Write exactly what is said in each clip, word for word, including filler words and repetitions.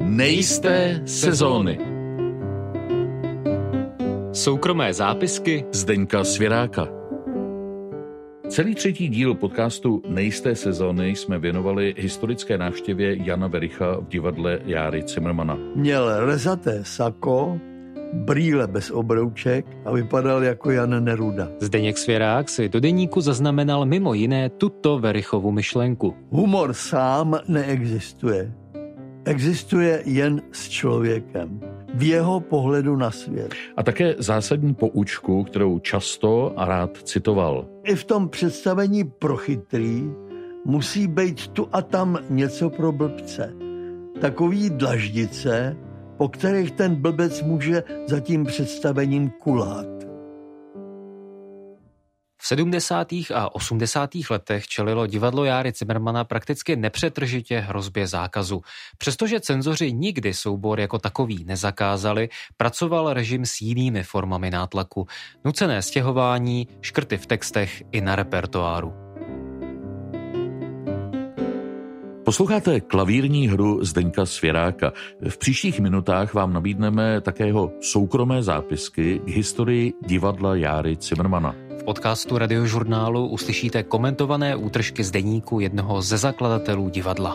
Nejisté sezóny. Soukromé zápisky Zdeňka Svěráka. Celý třetí díl podcastu Nejisté sezóny jsme věnovali historické návštěvě Jana Wericha v divadle Járy Cimrmana. Měl rezaté sako, brýle bez obrouček a vypadal jako Jan Neruda. Zdeněk Svěrák si do deníku zaznamenal mimo jiné tuto Werichovu myšlenku. Humor sám neexistuje. Existuje jen s člověkem, v jeho pohledu na svět. A také zásadní poučku, kterou často a rád citoval. I v tom představení pro chytrý musí být tu a tam něco pro blbce. Takový dlaždice, po kterých ten blbec může za tím představením kulát. V sedmdesátých a osmdesátých letech čelilo divadlo Járy Cimrmana prakticky nepřetržitě hrozbě zákazu. Přestože cenzoři nikdy soubor jako takový nezakázali, pracoval režim s jinými formami nátlaku. Nucené stěhování, škrty v textech i na repertoáru. Posloucháte klavírní hru Zdeňka Svěráka. V příštích minutách vám nabídneme také jeho soukromé zápisky k historii divadla Járy Cimrmana. V podcastu Radiožurnálu uslyšíte komentované útržky z deníku jednoho ze zakladatelů divadla.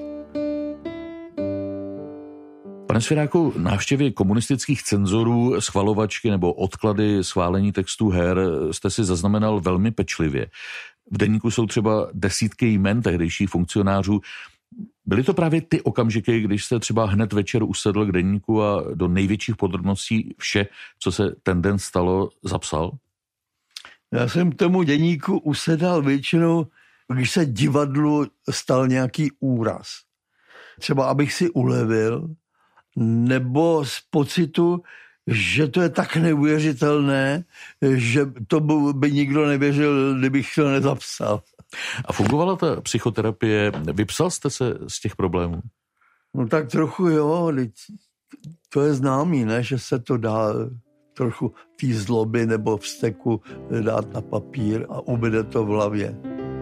Pane Svěráku, návštěvy komunistických cenzorů, schvalovačky nebo odklady schválení textů her jste si zaznamenal velmi pečlivě. V deníku jsou třeba desítky jmen tehdejších funkcionářů. Byly to právě ty okamžiky, když jste třeba hned večer usedl k deníku a do největších podrobností vše, co se ten den stalo, zapsal? Já jsem tomu deníku usedal většinou, když se divadlu stal nějaký úraz. Třeba abych si ulevil, nebo z pocitu, že to je tak neuvěřitelné, že to by nikdo nevěřil, kdybych to nezapsal. A fungovala ta psychoterapie? Vypsal jste se z těch problémů? No tak trochu jo, to je známý, ne, že se to dá trochu té zloby nebo vzteku dát na papír a ubyde to v hlavě.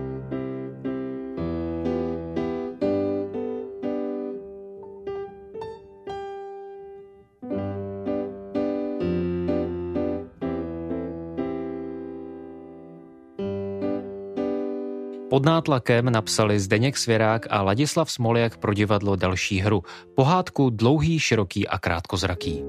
Pod nátlakem napsali Zdeněk Svěrák a Ladislav Smoljak pro divadlo další hru. Pohádku Dlouhý, široký a krátkozraký.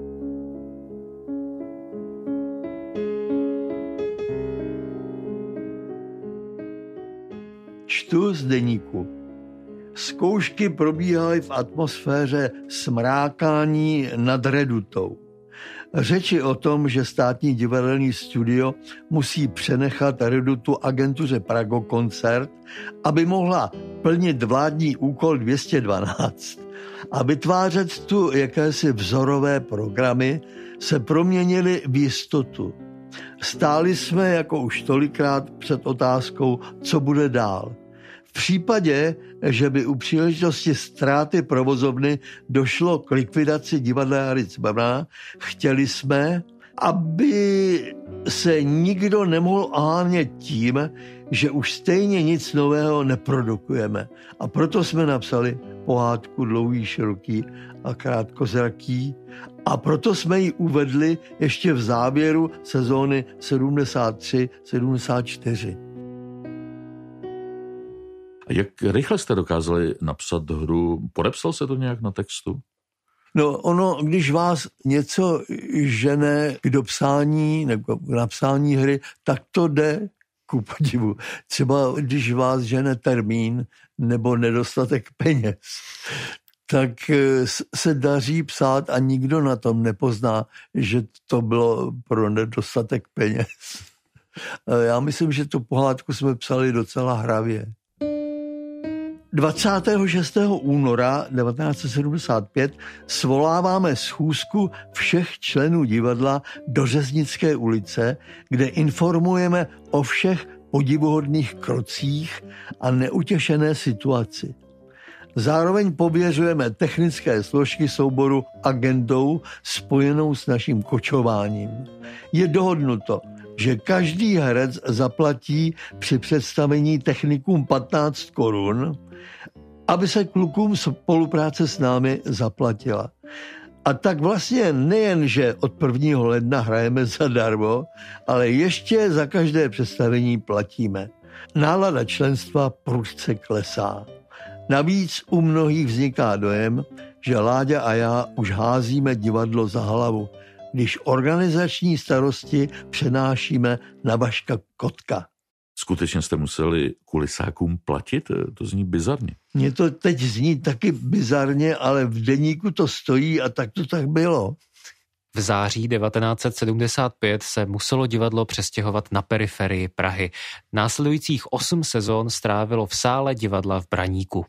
Čtu z deníku. Zkoušky probíhaly v atmosféře smrákání nad redutou. Řeči o tom, že státní divadelní studio musí přenechat redutu agentuře Pragokoncert, aby mohla plnit vládní úkol dvě stě dvanáct a vytvářet tu jakési vzorové programy, se proměnily v jistotu. Stáli jsme jako už tolikrát před otázkou, co bude dál. V případě, že by u příležitosti ztráty provozovny došlo k likvidaci divadla Járy Cimrmana, chtěli jsme, aby se nikdo nemohl ohánět tím, že už stejně nic nového neprodukujeme. A proto jsme napsali pohádku Dlouhý, široký a krátkozraký a proto jsme ji uvedli ještě v závěru sezóny sedmdesát tři sedmdesát čtyři. Jak rychle jste dokázali napsat hru? Podepsal se to nějak na textu? No ono, když vás něco žene k dopsání nebo k napsání hry, tak to jde ku podivu. Třeba když vás žene termín nebo nedostatek peněz, tak se daří psát a nikdo na tom nepozná, že to bylo pro nedostatek peněz. Já myslím, že tu pohádku jsme psali docela hravě. dvacátého šestého února devatenáct set sedmdesát pět svoláváme schůzku všech členů divadla do Řeznické ulice, kde informujeme o všech podivuhodných krocích a neutěšené situaci. Zároveň pověřujeme technické složky souboru agendou spojenou s naším kočováním. Je dohodnuto, že každý herec zaplatí při představení technikům patnáct korun aby se klukům spolupráce s námi zaplatila. A tak vlastně nejen, že od prvního ledna hrajeme zadarmo, ale ještě za každé představení platíme. Nálada členstva prudce klesá. Navíc u mnohých vzniká dojem, že Láďa a já už házíme divadlo za hlavu, když organizační starosti přenášíme na Vaška Kotka. Skutečně jste museli kulisákům platit? To zní bizarně. Mně to teď zní taky bizarně, ale v deníku to stojí a tak to tak bylo. V září devatenáct set sedmdesát pět se muselo divadlo přestěhovat na periferii Prahy. Následujících osm sezon strávilo v sále divadla v Braníku.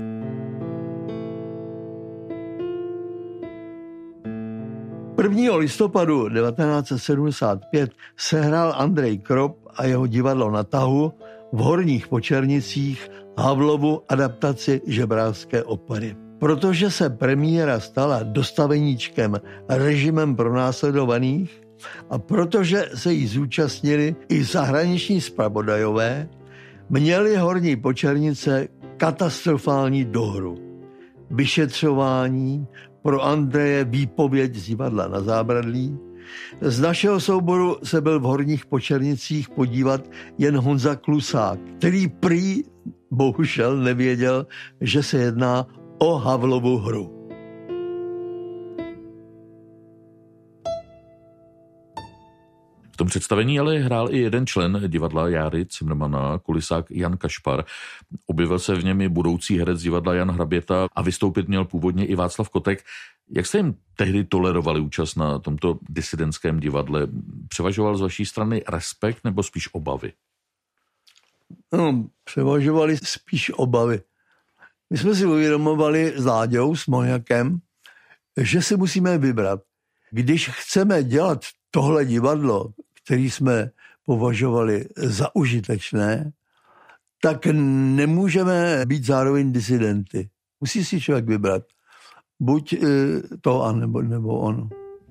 prvního listopadu devatenáct set sedmdesát pět sehrál Andrej Krop a jeho divadlo Na tahu v Horních Počernicích Havlovu adaptaci žebrářské opery. Protože se premiéra stala dostaveníčkem režimem pronásledovaných a protože se jí zúčastnili i zahraniční zpravodajové, měli Horní Počernice katastrofální dohru. Vyšetřování, pro Andreje výpověď z divadla Na zábradlí. Z našeho souboru se byl v Horních Počernicích podívat jen Honza Klusák, který prý bohužel nevěděl, že se jedná o Havlovu hru. V tom představení ale hrál i jeden člen divadla Járy Cimrmana, kulisák Jan Kašpar. Objevil se v něm i budoucí herec divadla Jan Hraběta a vystoupit měl původně i Václav Kotek. Jak jste jim tehdy tolerovali účast na tomto disidentském divadle? Převažoval z vaší strany respekt nebo spíš obavy? No, převažovali spíš obavy. My jsme si uvědomovali s Láďou, s Moniakem, že si musíme vybrat. Když chceme dělat tohle divadlo, který jsme považovali za užitečné, tak nemůžeme být zároveň disidenty. Musí si člověk vybrat. Buď to, anebo, nebo ono.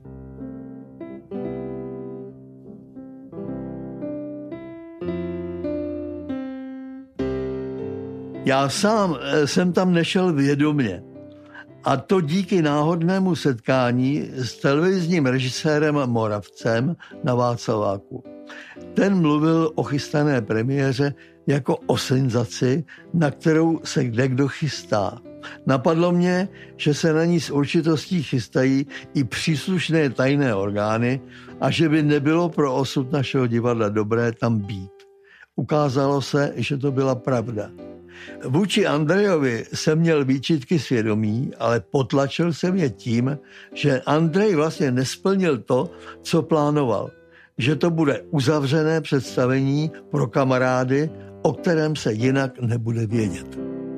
Já sám jsem tam nešel vědomě. A to díky náhodnému setkání s televizním režisérem Moravcem na Václaváku. Ten mluvil o chystané premiéře jako o senzaci, na kterou se kdekdo chystá. Napadlo mě, že se na ní s určitostí chystají i příslušné tajné orgány a že by nebylo pro osud našeho divadla dobré tam být. Ukázalo se, že to byla pravda. Vůči Andrejovi jsem měl výčitky svědomí, ale potlačil jsem je tím, že Andrej vlastně nesplnil to, co plánoval. Že to bude uzavřené představení pro kamarády, o kterém se jinak nebude vědět.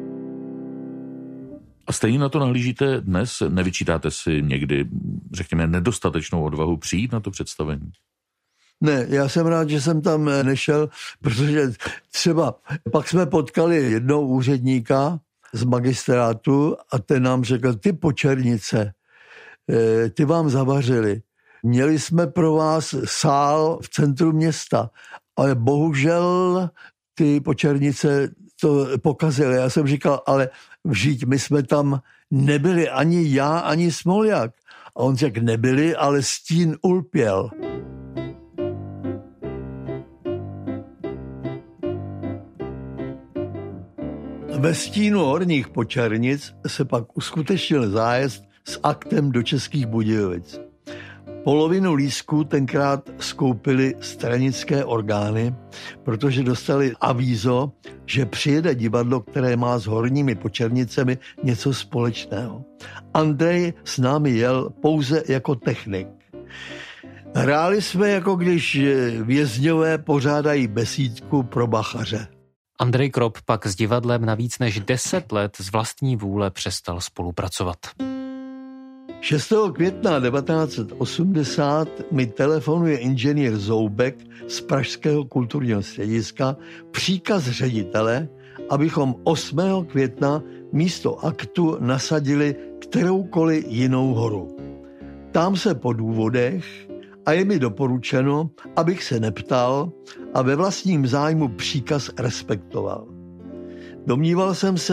A stejně na to nahlížíte dnes? Nevyčítáte si někdy, řekněme, nedostatečnou odvahu přijít na to představení? Ne, já jsem rád, že jsem tam nešel, protože třeba pak jsme potkali jednoho úředníka z magistrátu a ten nám řekl, ty Počernice, ty vám zavařili. Měli jsme pro vás sál v centru města, ale bohužel ty Počernice to pokazily. Já jsem říkal, ale vždyť my jsme tam nebyli ani já, ani Smoljak. A on řekl, nebyli, ale stín ulpěl. Ve stínu Horních Počernic se pak uskutečnil zájezd s aktem do Českých Budějovic. Polovinu lístků tenkrát skoupily stranické orgány, protože dostali avízo, že přijede divadlo, které má s Horními Počernicemi něco společného. Andrej s námi jel pouze jako technik. Hráli jsme, jako když vězňové pořádají besídku pro bachaře. Andrej Krop pak s divadlem na víc než deset let z vlastní vůle přestal spolupracovat. šestého května devatenáct set osmdesát mi telefonuje inženýr Zoubek z Pražského kulturního střediska, příkaz ředitele, abychom osmého května místo aktu nasadili kteroukoliv jinou horu. Ptám se po důvodech a je mi doporučeno, abych se neptal a ve vlastním zájmu příkaz respektoval. Domníval jsem se,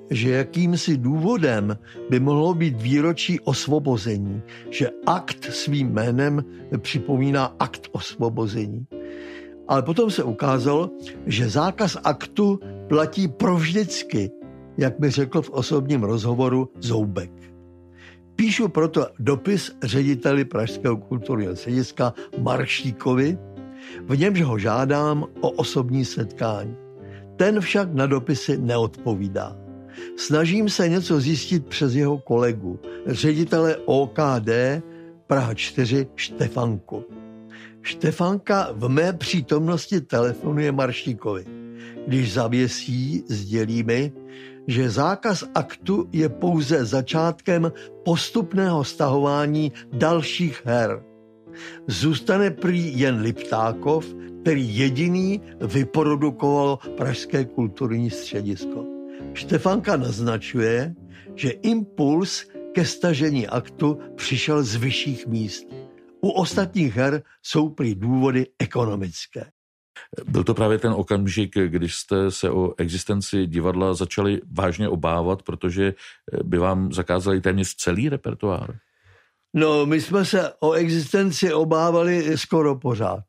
že jakýmsi důvodem by mohlo být výročí osvobození, že akt svým jménem připomíná akt osvobození. Ale potom se ukázalo, že zákaz aktu platí provždycky, jak mi řekl v osobním rozhovoru Zoubek. Píšu proto dopis řediteli Pražského kulturního střediska Maršíkovi, v němž ho žádám o osobní setkání. Ten však na dopisy neodpovídá. Snažím se něco zjistit přes jeho kolegu, ředitele O K D Praha čtyři Štefanku. Štefanka v mé přítomnosti telefonuje Maršíkovi. Když zavěsí, sdělí mi, že zákaz aktu je pouze začátkem postupného stahování dalších her. Zůstane prý jen Liptákov, který jediný vyprodukovalo Pražské kulturní středisko. Štefanka naznačuje, že impuls ke stažení aktu přišel z vyšších míst. U ostatních her jsou prý důvody ekonomické. Byl to právě ten okamžik, když jste se o existenci divadla začali vážně obávat, protože by vám zakázali téměř celý repertoár? No, my jsme se o existenci obávali skoro pořád.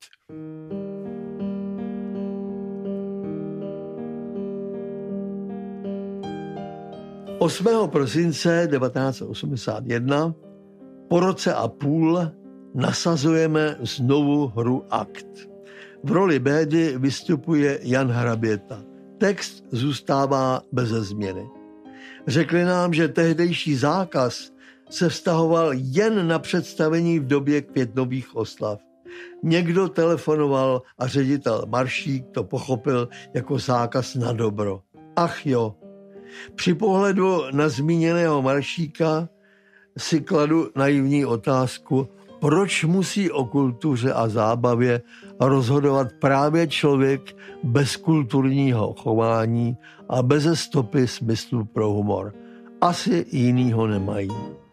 osmého prosince devatenáct set osmdesát jedna po roce a půl nasazujeme znovu hru Akt. V roli Bédy vystupuje Jan Hraběta. Text zůstává beze změny. Řekli nám, že tehdejší zákaz se vztahoval jen na představení v době květnových oslav. Někdo telefonoval a ředitel Maršík to pochopil jako zákaz na dobro. Ach jo. Při pohledu na zmíněného Maršíka si kladu naivní otázku, proč musí o kultuře a zábavě rozhodovat právě člověk bez kulturního chování a beze stopy smyslu pro humor. Asi jinýho nemají.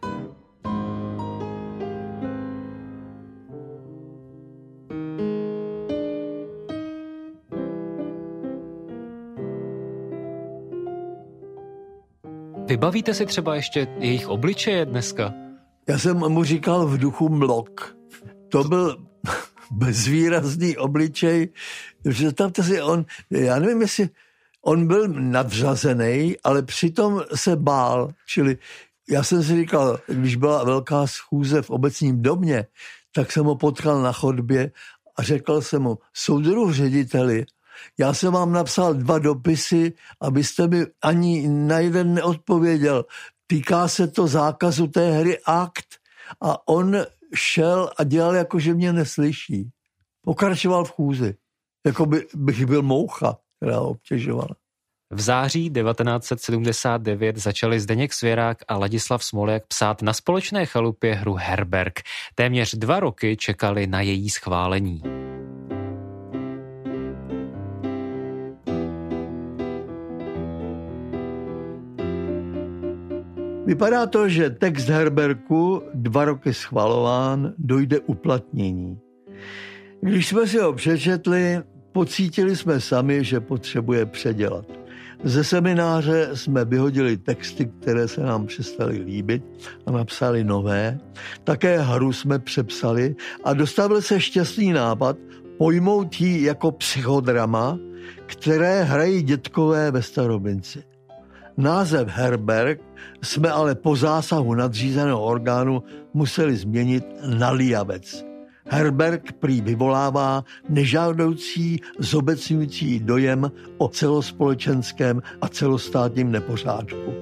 Vybavíte si třeba ještě jejich obličeje dneska? Já jsem mu říkal v duchu Mlok. To byl bezvýrazný obličej, že tam si on, já nevím, jestli on byl nadřazený, ale přitom se bál. Čili já jsem si říkal, když byla velká schůze v obecním domě, tak jsem ho potkal na chodbě a řekl jsem mu, soudruh řediteli, já jsem vám napsal dva dopisy, abyste mi ani na jeden neodpověděl. Týká se to zákazu té hry Akt. A on šel a dělal, jako že mě neslyší. Pokračoval v chůzi. Jako by, bych byl moucha, která ho obtěžovala. V září devatenáct set sedmdesát devět začali Zdeněk Svěrák a Ladislav Smoljak psát na společné chalupě hru Herberg. Téměř dva roky čekali na její schválení. Vypadá to, že text Herberku, dva roky schvalován, dojde uplatnění. Když jsme si ho přečetli, pocítili jsme sami, že potřebuje předělat. Ze semináře jsme vyhodili texty, které se nám přestaly líbit a napsali nové. Také hru jsme přepsali a dostavil se šťastný nápad pojmout ji jako psychodrama, které hrají dětkové ve Starobinci. Název Herberg jsme ale po zásahu nadřízeného orgánu museli změnit na Lijavec. Herberg prý vyvolává nežádoucí zobecňující dojem o celospolečenském a celostátním nepořádku.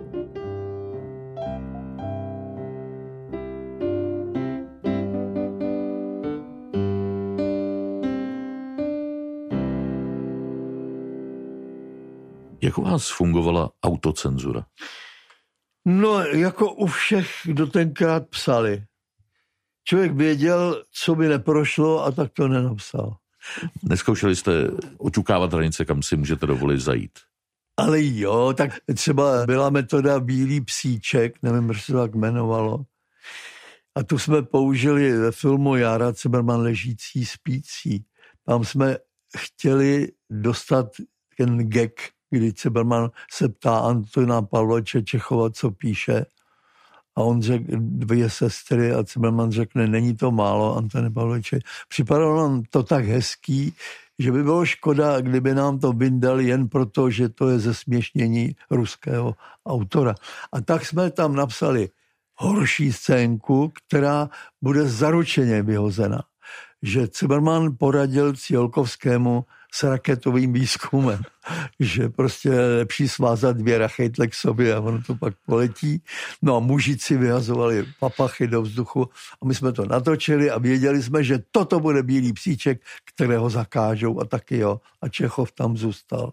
Jak u vás fungovala autocenzura? No, jako u všech, kdo tenkrát psali. Člověk věděl, co by neprošlo a tak to nenapsal. Neskoušeli jste oťukávat hranice, kam si můžete dovolit zajít? Ale jo, tak třeba byla metoda Bílý psíček, nevím, jak se to tak jmenovalo. A tu jsme použili ve filmu Jára Cimrman ležící spící. Tam jsme chtěli dostat ten gag, kdy Cimrman se ptá Antona Pavloviče Čechova, co píše. A on řekl dvě sestry a Cimrman řekne, není to málo, Antone Pavloviče. Připadalo nám to tak hezký, že by bylo škoda, kdyby nám to vyndali jen proto, že to je zesměšnění ruského autora. A tak jsme tam napsali horší scénku, která bude zaručeně vyhozena. Že Cimrman poradil Cílkovskému s raketovým výzkumem, že prostě je lepší svázat dvě rachejtle k sobě a ono to pak poletí. No a mužici vyhazovali papachy do vzduchu a my jsme to natočili a věděli jsme, že toto bude bílý psíček, kterého zakážou a taky jo. A Čechov tam zůstal.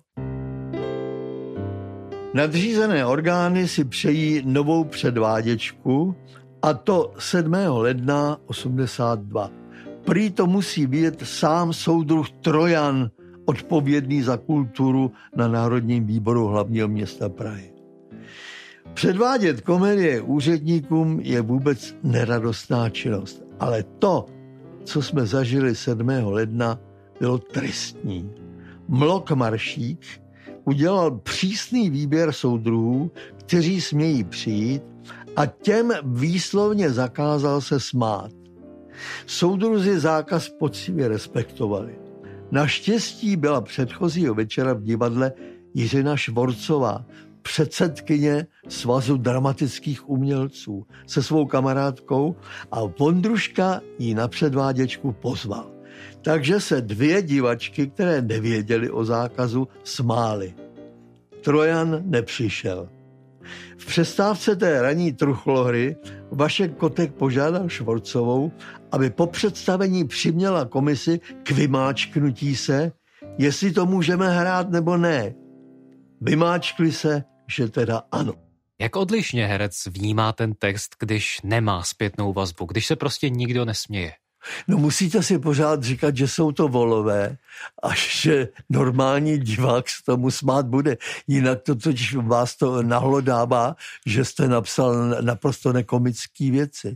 Nadřízené orgány si přejí novou předváděčku a to sedmého ledna osmdesát dva. Prý to musí být sám soudruh Trojan, odpovědný za kulturu na Národním výboru hlavního města Prahy. Předvádět komedie úředníkům je vůbec neradostná činnost, ale to, co jsme zažili sedmého ledna, bylo tristní. Mlok Maršík udělal přísný výběr soudruhů, kteří smějí přijít, a těm výslovně zakázal se smát. Soudruzi zákaz poctivě respektovali. Naštěstí byla předchozího večera v divadle Jiřina Švorcová, předsedkyně Svazu dramatických umělců, se svou kamarádkou a Vondruška ji na předváděčku pozval. Takže se dvě divačky, které nevěděly o zákazu, smály. Trojan nepřišel. V přestávce té ranní truchlohry Vašek Kotek požádal Švorcovou, aby po představení přiměla komisi k vymáčknutí se, jestli to můžeme hrát nebo ne. Vymáčkli se, že teda ano. Jak odlišně herec vnímá ten text, když nemá zpětnou vazbu, když se prostě nikdo nesměje? No musíte si pořád říkat, že jsou to volové a že normální divák se tomu smát bude. Jinak to totiž vás to nahlodává, že jste napsal naprosto nekomické věci.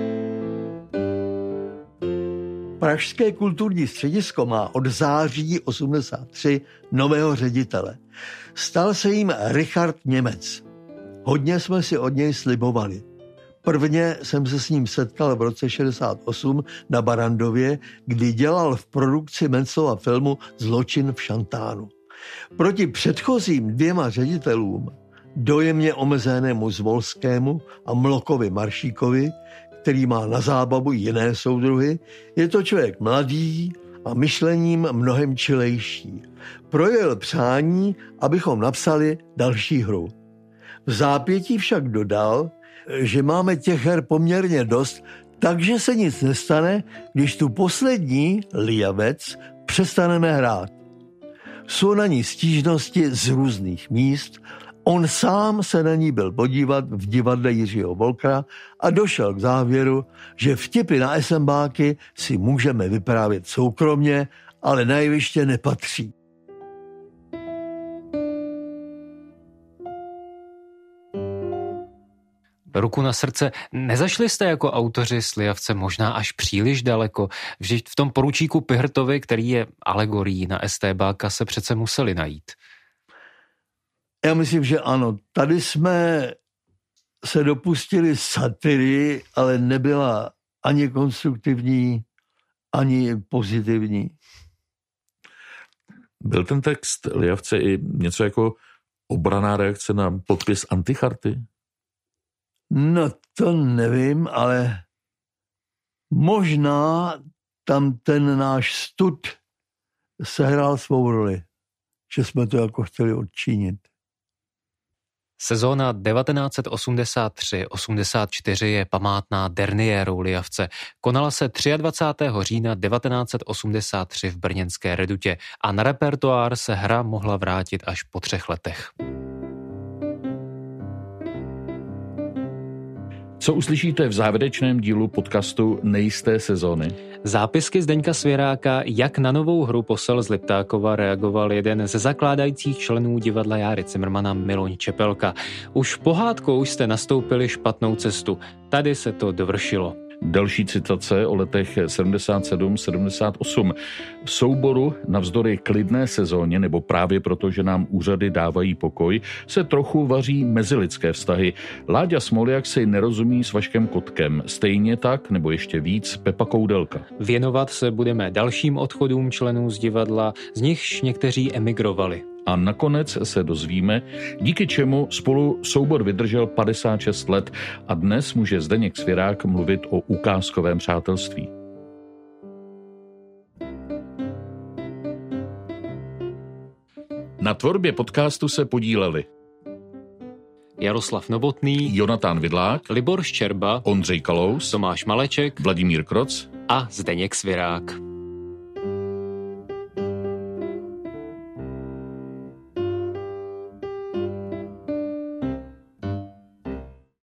Pražské kulturní středisko má od září osmdesát tři nového ředitele. Stal se jim Richard Němec. Hodně jsme si od něj slibovali. Prvně jsem se s ním setkal v roce šedesát osm na Barandově, kdy dělal v produkci Menclova filmu Zločin v Šantánu. Proti předchozím dvěma ředitelům, dojemně omezenému Zvolskému a Mlokovi Maršíkovi, který má na zábavu jiné soudruhy, je to člověk mladý a myšlením mnohem čilejší. Projevil přání, abychom napsali další hru. V zápětí však dodal, že máme těch her poměrně dost, takže se nic nestane, když tu poslední, Lijavec, přestaneme hrát. Jsou na ní stížnosti z různých míst, on sám se na ní byl podívat v divadle Jiřího Volkra a došel k závěru, že vtipy na esembáky si můžeme vyprávět soukromně, ale na jeviště nepatří. Ruku na srdce, nezašli jste jako autoři s Lijavce možná až příliš daleko? Vždyť v tom poručíku Pihrtovi, který je alegorií na estébáka, se přece museli najít. Já myslím, že ano. Tady jsme se dopustili satiry, ale nebyla ani konstruktivní, ani pozitivní. Byl ten text Lijavce i něco jako obranná reakce na podpis Anticharty? No to nevím, ale možná tam ten náš stud sehrál svou roli, že jsme to jako chtěli odčínit. Sezóna devatenáct osmdesát tři osmdesát čtyři je památná derniérou Lijavce. Konala se dvacátého třetího října devatenáct osmdesát tři v brněnské Redutě a na repertoár se hra mohla vrátit až po třech letech. Co uslyšíte v závěrečném dílu podcastu Nejisté sezóny? Zápisky Zdeňka Svěráka, jak na novou hru Posel z Liptákova reagoval jeden ze zakládajících členů divadla Járy Cimrmana Miloň Čepelka. Už pohádkou jste nastoupili špatnou cestu. Tady se to dovršilo. Další citace o letech sedmdesát sedm sedmdesát osm. V souboru navzdory klidné sezóně, nebo právě proto, že nám úřady dávají pokoj, se trochu vaří mezilidské vztahy. Láďa Smoljak si nerozumí s Vaškem Kotkem, stejně tak, nebo ještě víc, Pepa Koudelka. Věnovat se budeme dalším odchodům členů z divadla, z nichž někteří emigrovali. A nakonec se dozvíme, díky čemu spolu soubor vydržel padesát šest let a dnes může Zdeněk Svěrák mluvit o ukázkovém přátelství. Na tvorbě podcastu se podíleli Jaroslav Novotný, Jonatán Vidlák, Libor Ščerba, Ondřej Kalous, Tomáš Maleček, Vladimír Kroc a Zdeněk Svěrák.